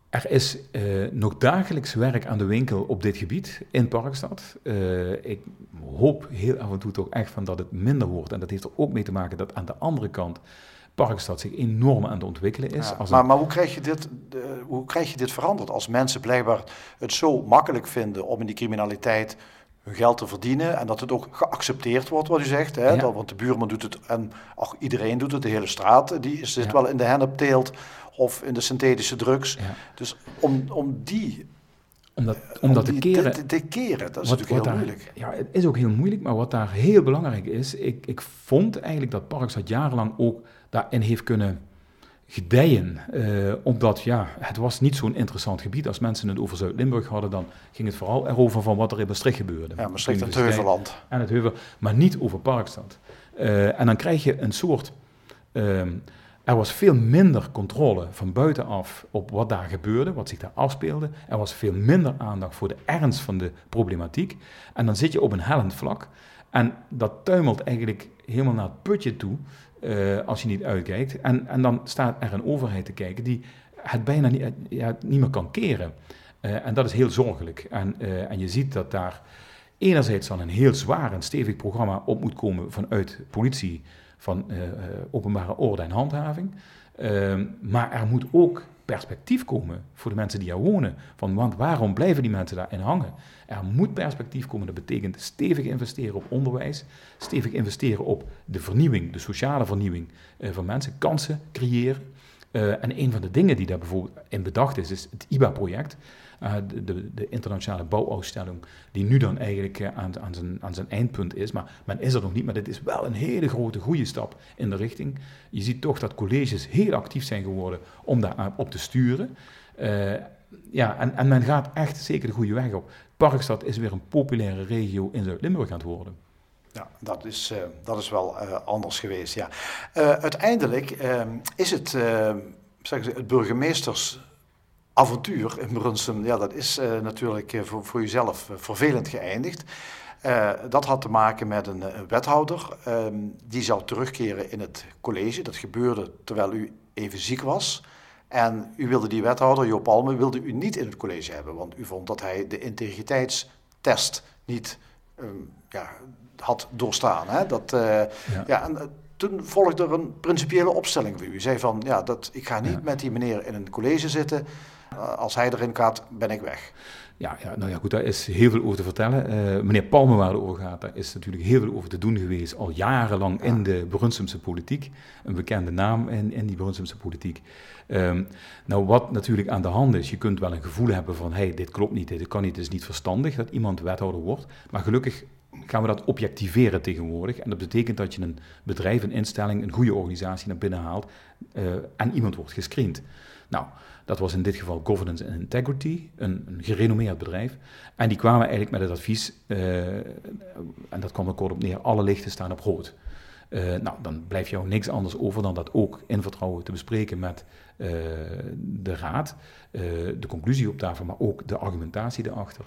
Er is nog dagelijks werk aan de winkel op dit gebied in Parkstad. Ik hoop heel af en toe toch echt van dat het minder wordt. En dat heeft er ook mee te maken dat aan de andere kant Parkstad zich enorm aan het ontwikkelen is. Ja, maar hoe krijg je dit veranderd als mensen blijkbaar het zo makkelijk vinden om in die criminaliteit hun geld te verdienen en dat het ook geaccepteerd wordt wat u zegt, hè? Ja. Want de buurman doet het en iedereen doet het, de hele straat, die zit wel in de hennepteelt of in de synthetische drugs. Ja. Dus om dat te keren, dat is natuurlijk heel moeilijk. Ja, het is ook heel moeilijk, maar wat daar heel belangrijk is, ik vond eigenlijk dat Parkstad jarenlang ook daarin heeft kunnen gedijen, omdat het was niet zo'n interessant gebied. Als mensen het over Zuid-Limburg hadden, dan ging het vooral erover van wat er in Maastricht gebeurde. Ja, Maastricht en het Heuvelland. En het Heuvel, maar niet over Parkstad. En dan krijg je een soort... er was veel minder controle van buitenaf op wat daar gebeurde, wat zich daar afspeelde. Er was veel minder aandacht voor de ernst van de problematiek. En dan zit je op een hellend vlak. En dat tuimelt eigenlijk helemaal naar het putje toe, als je niet uitkijkt. En dan staat er een overheid te kijken die het bijna niet meer kan keren. En dat is heel zorgelijk. En je ziet dat daar enerzijds dan een heel zwaar en stevig programma op moet komen vanuit politie, van openbare orde en handhaving. Maar er moet ook perspectief komen voor de mensen die er wonen. Want waarom blijven die mensen daarin hangen? Er moet perspectief komen. Dat betekent stevig investeren op onderwijs, stevig investeren op de vernieuwing, de sociale vernieuwing van mensen, kansen creëren. En een van de dingen die daar bijvoorbeeld in bedacht is het IBA-project. De internationale bouwuitstelling, die nu dan eigenlijk aan zijn eindpunt is. Maar men is er nog niet, maar dit is wel een hele grote goede stap in de richting. Je ziet toch dat colleges heel actief zijn geworden om daar op te sturen. En men gaat echt zeker de goede weg op. Parkstad is weer een populaire regio in Zuid-Limburg aan het worden. Ja, dat is wel anders geweest, ja. Uiteindelijk is het, het burgemeestersavontuur in Brunsum, ja, dat is natuurlijk voor jezelf vervelend geëindigd. Dat had te maken met een wethouder die zou terugkeren in het college. Dat gebeurde terwijl u even ziek was. En u wilde die wethouder, Joop Palme, wilde u niet in het college hebben, want u vond dat hij de integriteitstest niet had doorstaan. Hè? En toen volgde er een principiële opstelling bij u. U zei van, ik ga niet met die meneer in een college zitten. Als hij erin gaat, ben ik weg. Goed, daar is heel veel over te vertellen. Meneer Palme, waar het over gaat, daar is natuurlijk heel veel over te doen geweest, al jarenlang in de Brunsumse politiek. Een bekende naam in die Brunsumse politiek. Wat natuurlijk aan de hand is, je kunt wel een gevoel hebben van, dit klopt niet, dit kan niet, het is niet verstandig dat iemand wethouder wordt. Maar gelukkig gaan we dat objectiveren tegenwoordig. En dat betekent dat je een bedrijf, een instelling, een goede organisatie naar binnen haalt en iemand wordt gescreend. Nou, dat was in dit geval Governance and Integrity, een gerenommeerd bedrijf. En die kwamen eigenlijk met het advies, en dat kwam er kort op neer, alle lichten staan op rood. Dan blijft jou niks anders over dan dat ook in vertrouwen te bespreken met de raad. De conclusie op tafel, maar ook de argumentatie erachter.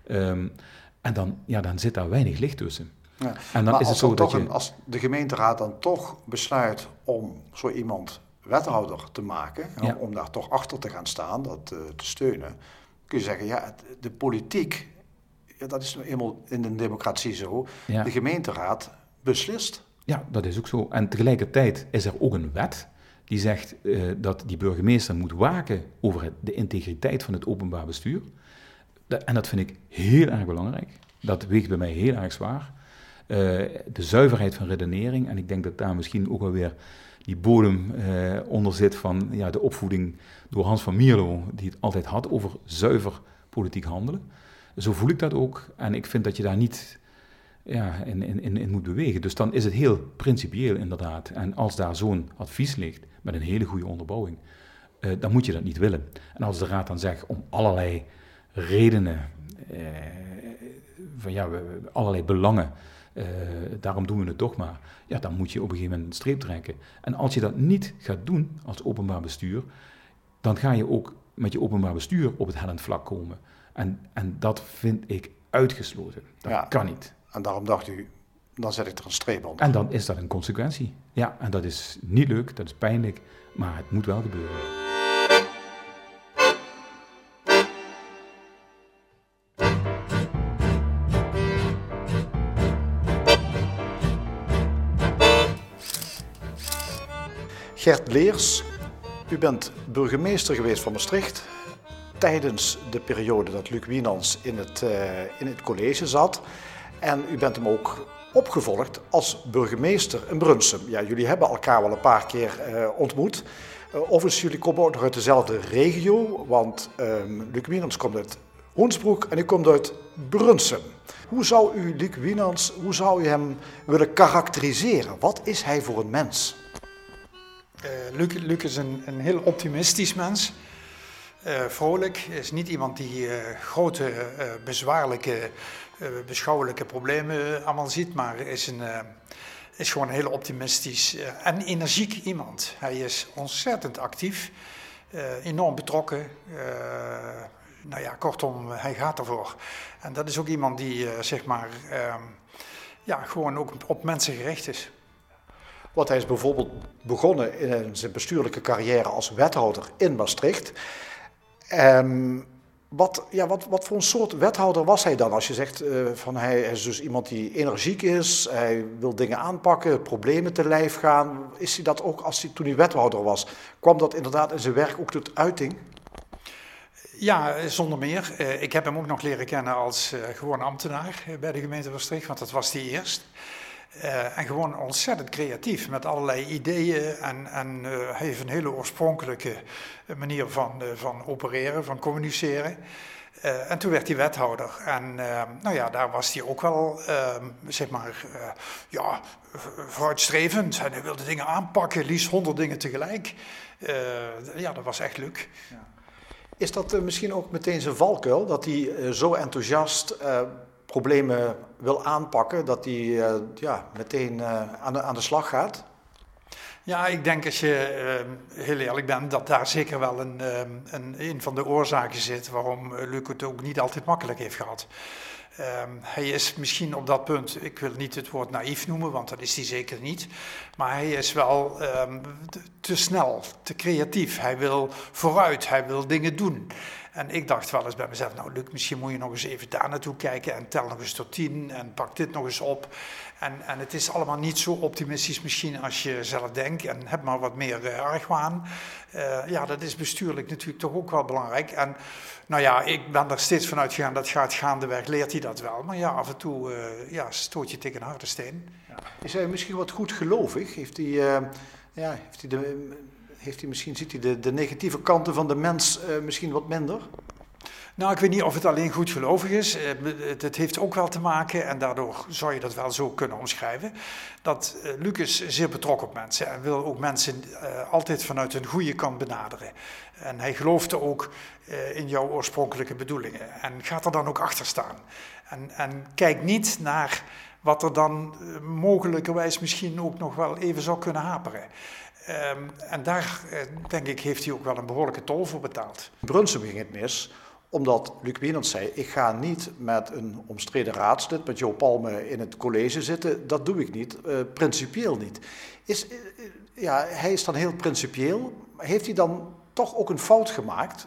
En dan zit daar weinig licht tussen. Ja, en dan is het zo als de gemeenteraad dan toch besluit om zo iemand wethouder te maken, om daar toch achter te gaan staan, dat te steunen, kun je zeggen, de politiek, dat is nou eenmaal in een democratie zo, de gemeenteraad beslist. Ja, dat is ook zo. En tegelijkertijd is er ook een wet die zegt dat die burgemeester moet waken over de integriteit van het openbaar bestuur. En dat vind ik heel erg belangrijk. Dat weegt bij mij heel erg zwaar. De zuiverheid van redenering. En ik denk dat daar misschien ook wel weer die bodem onder zit van de opvoeding door Hans van Mierlo, die het altijd had over zuiver politiek handelen. Zo voel ik dat ook. En ik vind dat je daar niet in moet bewegen. Dus dan is het heel principieel inderdaad. En als daar zo'n advies ligt met een hele goede onderbouwing, dan moet je dat niet willen. En als de raad dan zegt om allerlei redenen, allerlei belangen, daarom doen we het toch maar. Ja, dan moet je op een gegeven moment een streep trekken. En als je dat niet gaat doen als openbaar bestuur, dan ga je ook met je openbaar bestuur op het hellend vlak komen. En dat vind ik uitgesloten. Dat kan niet. En daarom dacht u, dan zet ik er een streep onder. En dan is dat een consequentie. Ja, en dat is niet leuk, dat is pijnlijk, maar het moet wel gebeuren. Gert Leers, u bent burgemeester geweest van Maastricht tijdens de periode dat Luc Wienans in het college zat. En u bent hem ook opgevolgd als burgemeester in Brunsum. Ja, jullie hebben elkaar wel een paar keer ontmoet. Overigens, jullie komen ook nog uit dezelfde regio, want Luc Wienans komt uit Hoensbroek en u komt uit Brunsum. Hoe zou u Luc Wienans, hoe zou u hem willen karakteriseren? Wat is hij voor een mens? Luc is een heel optimistisch mens. Vrolijk, is niet iemand die grote, bezwaarlijke, beschouwelijke problemen allemaal ziet, maar is gewoon een heel optimistisch en energiek iemand. Hij is ontzettend actief, enorm betrokken. Kortom, hij gaat ervoor. En dat is ook iemand die, gewoon ook op mensen gericht is. Want hij is bijvoorbeeld begonnen in zijn bestuurlijke carrière als wethouder in Maastricht. Wat voor een soort wethouder was hij dan? Als je zegt van hij is dus iemand die energiek is, hij wil dingen aanpakken, problemen te lijf gaan. Is hij dat ook toen hij wethouder was? Kwam dat inderdaad in zijn werk ook tot uiting? Ja, zonder meer. Ik heb hem ook nog leren kennen als gewoon ambtenaar bij de gemeente Maastricht, want dat was hij eerst. En gewoon ontzettend creatief met allerlei ideeën en hij heeft een hele oorspronkelijke manier van opereren, van communiceren. En toen werd hij wethouder en daar was hij ook wel, vooruitstrevend. En hij wilde dingen aanpakken, liefst 100 dingen tegelijk. Dat was echt Luc. Ja. Is dat misschien ook meteen zijn valkuil, dat hij zo enthousiast problemen wil aanpakken, dat hij meteen aan de slag gaat? Ja, ik denk als je heel eerlijk bent, dat daar zeker wel een van de oorzaken zit waarom Luc het ook niet altijd makkelijk heeft gehad. Hij is misschien op dat punt, ik wil niet het woord naïef noemen, want dat is hij zeker niet. Maar hij is wel te snel, te creatief. Hij wil vooruit, hij wil dingen doen. En ik dacht wel eens bij mezelf, nou Luc, misschien moet je nog eens even daar naartoe kijken en tel nog eens tot 10 en pak dit nog eens op. En het is allemaal niet zo optimistisch misschien als je zelf denkt en heb maar wat meer argwaan. Dat is bestuurlijk natuurlijk toch ook wel belangrijk. En ik ben er steeds van uitgegaan dat gaat gaandeweg, leert hij dat wel. Maar ja, af en toe stoot je tegen een harde steen. Ja. Is hij misschien wat goed gelovig? Ziet hij de negatieve kanten van de mens misschien wat minder? Nou, ik weet niet of het alleen goed gelovig is. Het heeft ook wel te maken, en daardoor zou je dat wel zo kunnen omschrijven, dat Luc is zeer betrokken op mensen en wil ook mensen altijd vanuit een goede kant benaderen. En hij geloofde ook in jouw oorspronkelijke bedoelingen en gaat er dan ook achter staan. En kijkt niet naar wat er dan mogelijkerwijs misschien ook nog wel even zou kunnen haperen. En daar, denk ik, heeft hij ook wel een behoorlijke tol voor betaald. In Brunsum ging het mis, omdat Luc Wienans zei, ik ga niet met een omstreden raadslid, met Jo Palme in het college zitten. Dat doe ik niet, principieel niet. Hij is dan heel principieel. Heeft hij dan toch ook een fout gemaakt?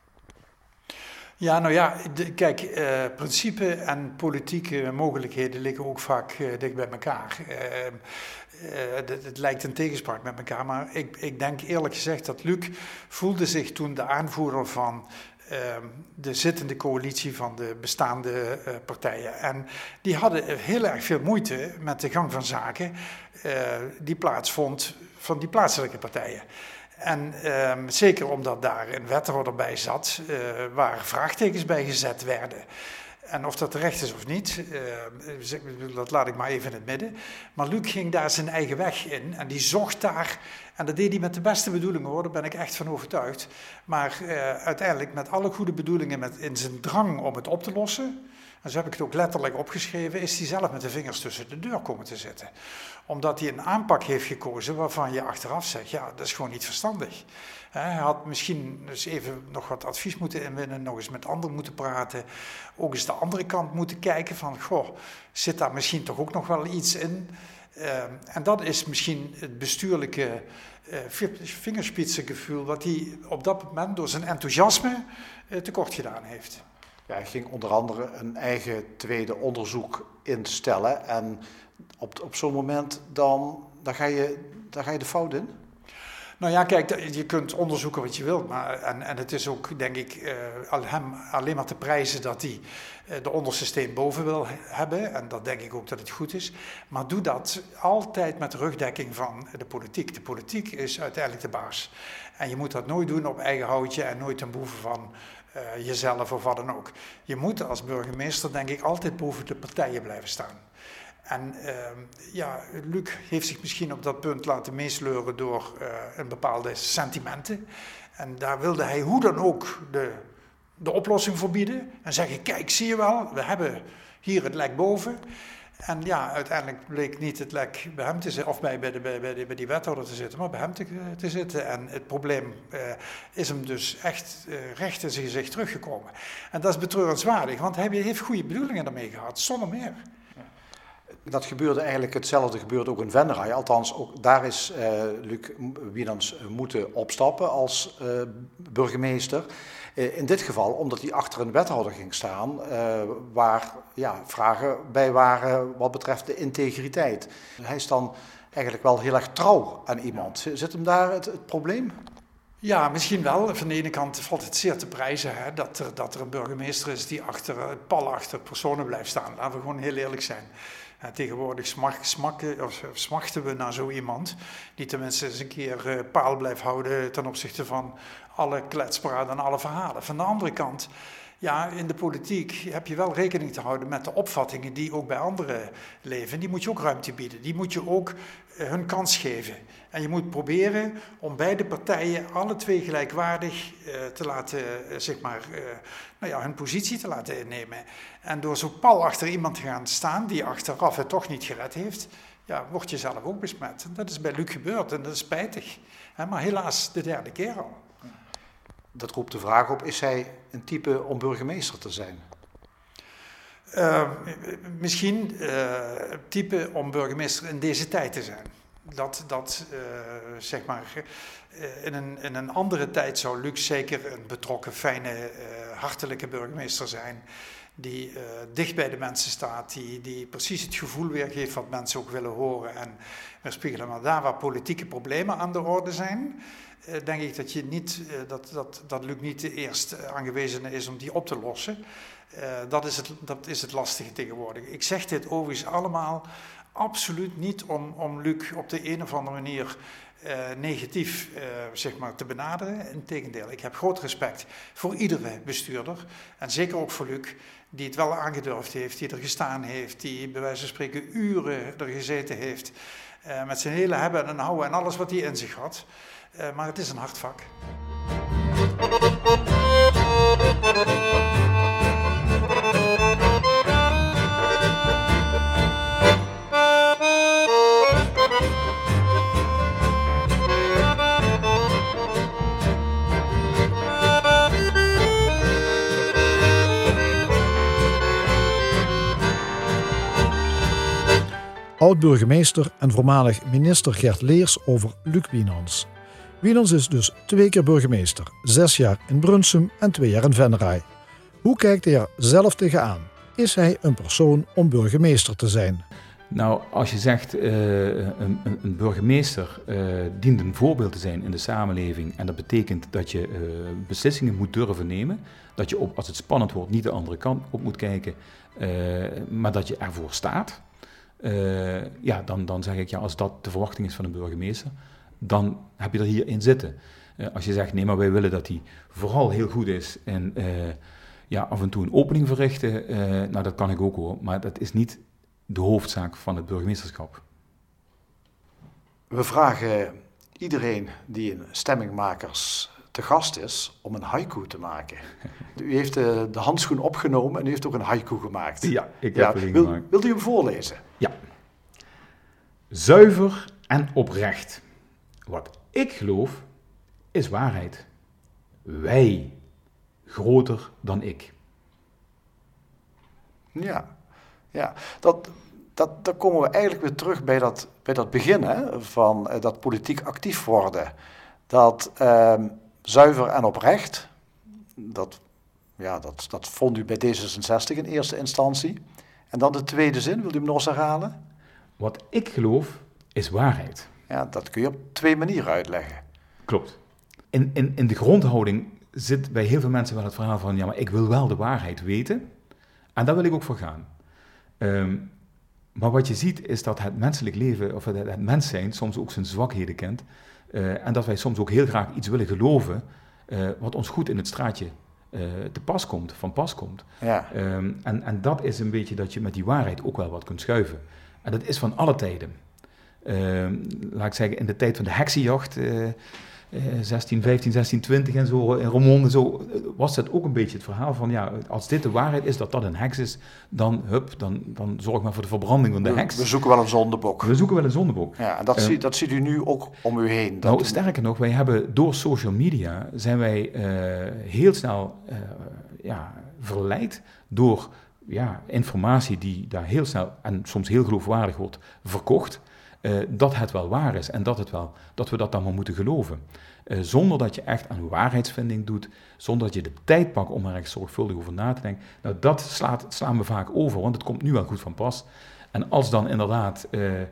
Ja, kijk, principe en politieke mogelijkheden liggen ook vaak dicht bij elkaar. Het lijkt een tegenspraak met elkaar, maar ik denk eerlijk gezegd dat Luc voelde zich toen de aanvoerder van de zittende coalitie van de bestaande partijen. En die hadden heel erg veel moeite met de gang van zaken die plaatsvond van die plaatselijke partijen. En zeker omdat daar een wethouder bij zat waar vraagtekens bij gezet werden. En of dat terecht is of niet, dat laat ik maar even in het midden. Maar Luc ging daar zijn eigen weg in en die zocht daar, en dat deed hij met de beste bedoelingen hoor, daar ben ik echt van overtuigd. Maar uiteindelijk met alle goede bedoelingen, in zijn drang om het op te lossen, en zo heb ik het ook letterlijk opgeschreven, is hij zelf met de vingers tussen de deur komen te zitten. Omdat hij een aanpak heeft gekozen waarvan je achteraf zegt, ja, dat is gewoon niet verstandig. Hij had misschien dus even nog wat advies moeten inwinnen, nog eens met anderen moeten praten. Ook eens de andere kant moeten kijken van, zit daar misschien toch ook nog wel iets in? En dat is misschien het bestuurlijke vingerspitsengevoel wat hij op dat moment door zijn enthousiasme tekort gedaan heeft. Ja, hij ging onder andere een eigen tweede onderzoek instellen en op zo'n moment dan ga je de fout in? Nou ja, kijk, je kunt onderzoeken wat je wilt, maar en het is ook, denk ik, hem alleen maar te prijzen dat hij de onderste steen boven wil hebben. En dat denk ik ook dat het goed is. Maar doe dat altijd met rugdekking van de politiek. De politiek is uiteindelijk de baas. En je moet dat nooit doen op eigen houtje en nooit ten behoeve van jezelf of wat dan ook. Je moet als burgemeester, denk ik, altijd boven de partijen blijven staan. En Luc heeft zich misschien op dat punt laten meesleuren door een bepaalde sentimenten. En daar wilde hij hoe dan ook de oplossing voor bieden. En zeggen, kijk, zie je wel, we hebben hier het lek boven. En ja, uiteindelijk bleek niet het lek bij hem te zitten, of bij die wethouder te zitten, maar bij hem te zitten. En het probleem is hem dus echt recht in zijn gezicht teruggekomen. En dat is betreurenswaardig, want hij heeft goede bedoelingen daarmee gehad, zonder meer. Dat gebeurde eigenlijk, hetzelfde gebeurde ook in Venray. Althans, ook daar is Luc Wienans moeten opstappen als burgemeester. In dit geval omdat hij achter een wethouder ging staan waar vragen bij waren wat betreft de integriteit. Hij is dan eigenlijk wel heel erg trouw aan iemand. Zit hem daar het probleem? Ja, misschien wel. Van de ene kant valt het zeer te prijzen dat er een burgemeester is die pal achter personen blijft staan. Laten we gewoon heel eerlijk zijn. Tegenwoordig smachten we naar zo iemand die tenminste eens een keer paal blijft houden ten opzichte van alle kletspraten en alle verhalen. Van de andere kant, ja, in de politiek heb je wel rekening te houden met de opvattingen die ook bij anderen leven. Die moet je ook ruimte bieden, die moet je ook hun kans geven. En je moet proberen om beide partijen alle twee gelijkwaardig te laten, hun positie te laten innemen. En door zo pal achter iemand te gaan staan die achteraf het toch niet gered heeft, ja, word je zelf ook besmet. En dat is bij Luc gebeurd en dat is spijtig. Maar helaas de derde keer al. Dat roept de vraag op, is hij een type om burgemeester te zijn? Misschien type om burgemeester in deze tijd te zijn. In een andere tijd zou Luc zeker een betrokken, fijne, hartelijke burgemeester zijn. Die dicht bij de mensen staat, die precies het gevoel weergeeft wat mensen ook willen horen en weerspiegelen. Maar daar waar politieke problemen aan de orde zijn, denk ik dat Luc niet de eerste aangewezene is om die op te lossen. Dat is het lastige tegenwoordig. Ik zeg dit overigens allemaal absoluut niet om Luc op de een of andere manier negatief te benaderen. Integendeel, ik heb groot respect voor iedere bestuurder en zeker ook voor Luc, die het wel aangedurfd heeft, die er gestaan heeft, die bij wijze van spreken uren er gezeten heeft, met zijn hele hebben en houden en alles wat hij in zich had. Maar het is een hard vak. Oud-burgemeester en voormalig minister Gert Leers over Luc Wienans. Wienans is dus 2 keer burgemeester, 6 jaar in Brunsum en 2 jaar in Venray. Hoe kijkt hij er zelf tegenaan? Is hij een persoon om burgemeester te zijn? Nou, als je zegt een burgemeester dient een voorbeeld te zijn in de samenleving en dat betekent dat je beslissingen moet durven nemen, dat je als het spannend wordt niet de andere kant op moet kijken, maar dat je ervoor staat. Dan zeg ik, als dat de verwachting is van een burgemeester, dan heb je er hierin zitten. Als je zegt, nee, maar wij willen dat hij vooral heel goed is en af en toe een opening verrichten, dat kan ik ook hoor, maar dat is niet de hoofdzaak van het burgemeesterschap. We vragen iedereen die in Stemmingmakers te gast is om een haiku te maken. U heeft de handschoen opgenomen en u heeft ook een haiku gemaakt. Ja, ik heb er een gemaakt. Wilt u hem voorlezen? Ja. Zuiver en oprecht. Wat ik geloof is waarheid. Wij, groter dan ik. Ja. Daar komen we eigenlijk weer terug bij dat begin van dat politiek actief worden. Dat zuiver en oprecht, dat vond u bij D66 in eerste instantie. En dan de tweede zin, wilt u hem nog eens herhalen? Wat ik geloof is waarheid. Ja, dat kun je op 2 manieren uitleggen. Klopt. In de grondhouding zit bij heel veel mensen wel het verhaal van... ja, maar ik wil wel de waarheid weten. En daar wil ik ook voor gaan. Maar wat je ziet is dat het menselijk leven, of het mens zijn, soms ook zijn zwakheden kent. En dat wij soms ook heel graag iets willen geloven... wat ons goed in het straatje van pas komt. Ja. En dat is een beetje dat je met die waarheid ook wel wat kunt schuiven. En dat is van alle tijden. Laat ik zeggen, in de tijd van de heksenjacht... 1615, 1620 en zo, in Roermond, zo, was dat ook een beetje het verhaal van, ja, als dit de waarheid is, dat een heks is, dan zorg maar voor de verbranding van de heks. We zoeken wel een zondebok. Ja, en dat ziet u nu ook om u heen. Sterker nog, wij hebben door social media, zijn wij heel snel verleid door informatie die daar heel snel en soms heel geloofwaardig wordt verkocht. Dat het wel waar is en dat we dat dan maar moeten geloven. Zonder dat je echt aan waarheidsvinding doet, zonder dat je de tijd pakt om er echt zorgvuldig over na te denken. Nou, dat slaan we vaak over, want het komt nu wel goed van pas. En als dan inderdaad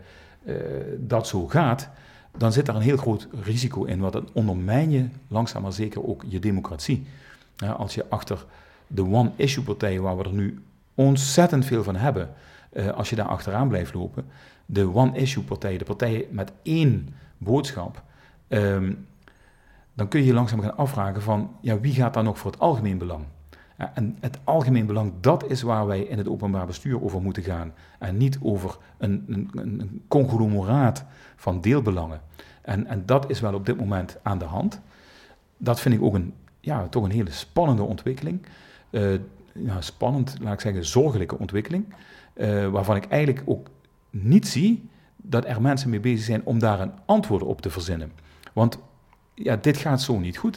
dat zo gaat, dan zit daar een heel groot risico in, want dan ondermijn je langzaam maar zeker ook je democratie. Als je achter de one-issue-partijen, waar we er nu ontzettend veel van hebben, als je daar achteraan blijft lopen, de one-issue-partijen, de partijen met één boodschap, dan kun je je langzaam gaan afvragen van, ja, wie gaat daar nog voor het algemeen belang? En het algemeen belang, dat is waar wij in het openbaar bestuur over moeten gaan. En niet over een conglomeraat van deelbelangen. En dat is wel op dit moment aan de hand. Dat vind ik ook toch een hele spannende ontwikkeling. Spannend, laat ik zeggen, zorgelijke ontwikkeling. Waarvan ik eigenlijk ook niet zie dat er mensen mee bezig zijn om daar een antwoord op te verzinnen. Want dit gaat zo niet goed.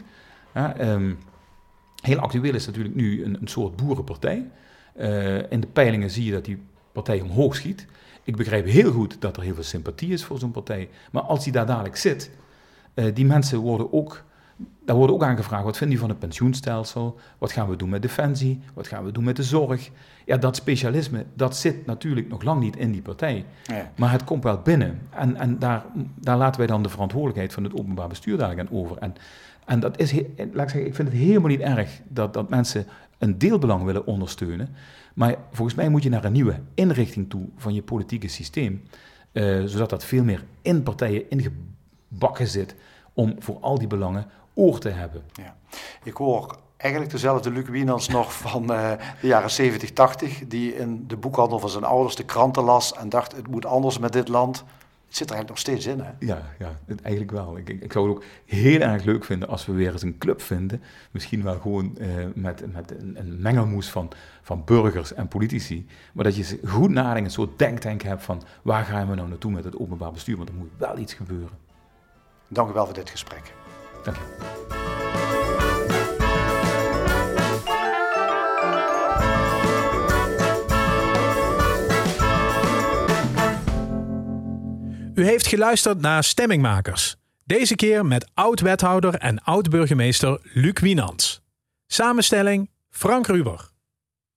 Heel actueel is natuurlijk nu een soort boerenpartij. In de peilingen zie je dat die partij omhoog schiet. Ik begrijp heel goed dat er heel veel sympathie is voor zo'n partij. Maar als die daar dadelijk zit, die mensen worden ook aangevraagd, wat vinden die van het pensioenstelsel? Wat gaan we doen met defensie? Wat gaan we doen met de zorg? Ja, dat specialisme, dat zit natuurlijk nog lang niet in die partij. Ja. Maar het komt wel binnen. En daar laten wij dan de verantwoordelijkheid van het openbaar bestuur dadelijk aan over. En dat is, laat ik zeggen, ik vind het helemaal niet erg dat mensen een deelbelang willen ondersteunen. Maar volgens mij moet je naar een nieuwe inrichting toe van je politieke systeem. Zodat dat veel meer in partijen ingebakken zit om voor al die belangen oor te hebben. Ja. Ik hoor eigenlijk dezelfde Luc Wienans nog van de jaren 70, 80... die in de boekhandel van zijn ouders de kranten las en dacht, het moet anders met dit land. Het zit er eigenlijk nog steeds in, hè? Ja, eigenlijk wel. Ik zou het ook heel erg leuk vinden als we weer eens een club vinden. Misschien wel gewoon met een mengelmoes van burgers en politici. Maar dat je goed nadenkt, een soort denktank hebt van, waar gaan we nou naartoe met het openbaar bestuur? Want er moet wel iets gebeuren. Dank u wel voor dit gesprek. Dank je. U heeft geluisterd naar Stemmingmakers. Deze keer met oud-wethouder en oud-burgemeester Luc Wienans. Samenstelling Frank Ruber.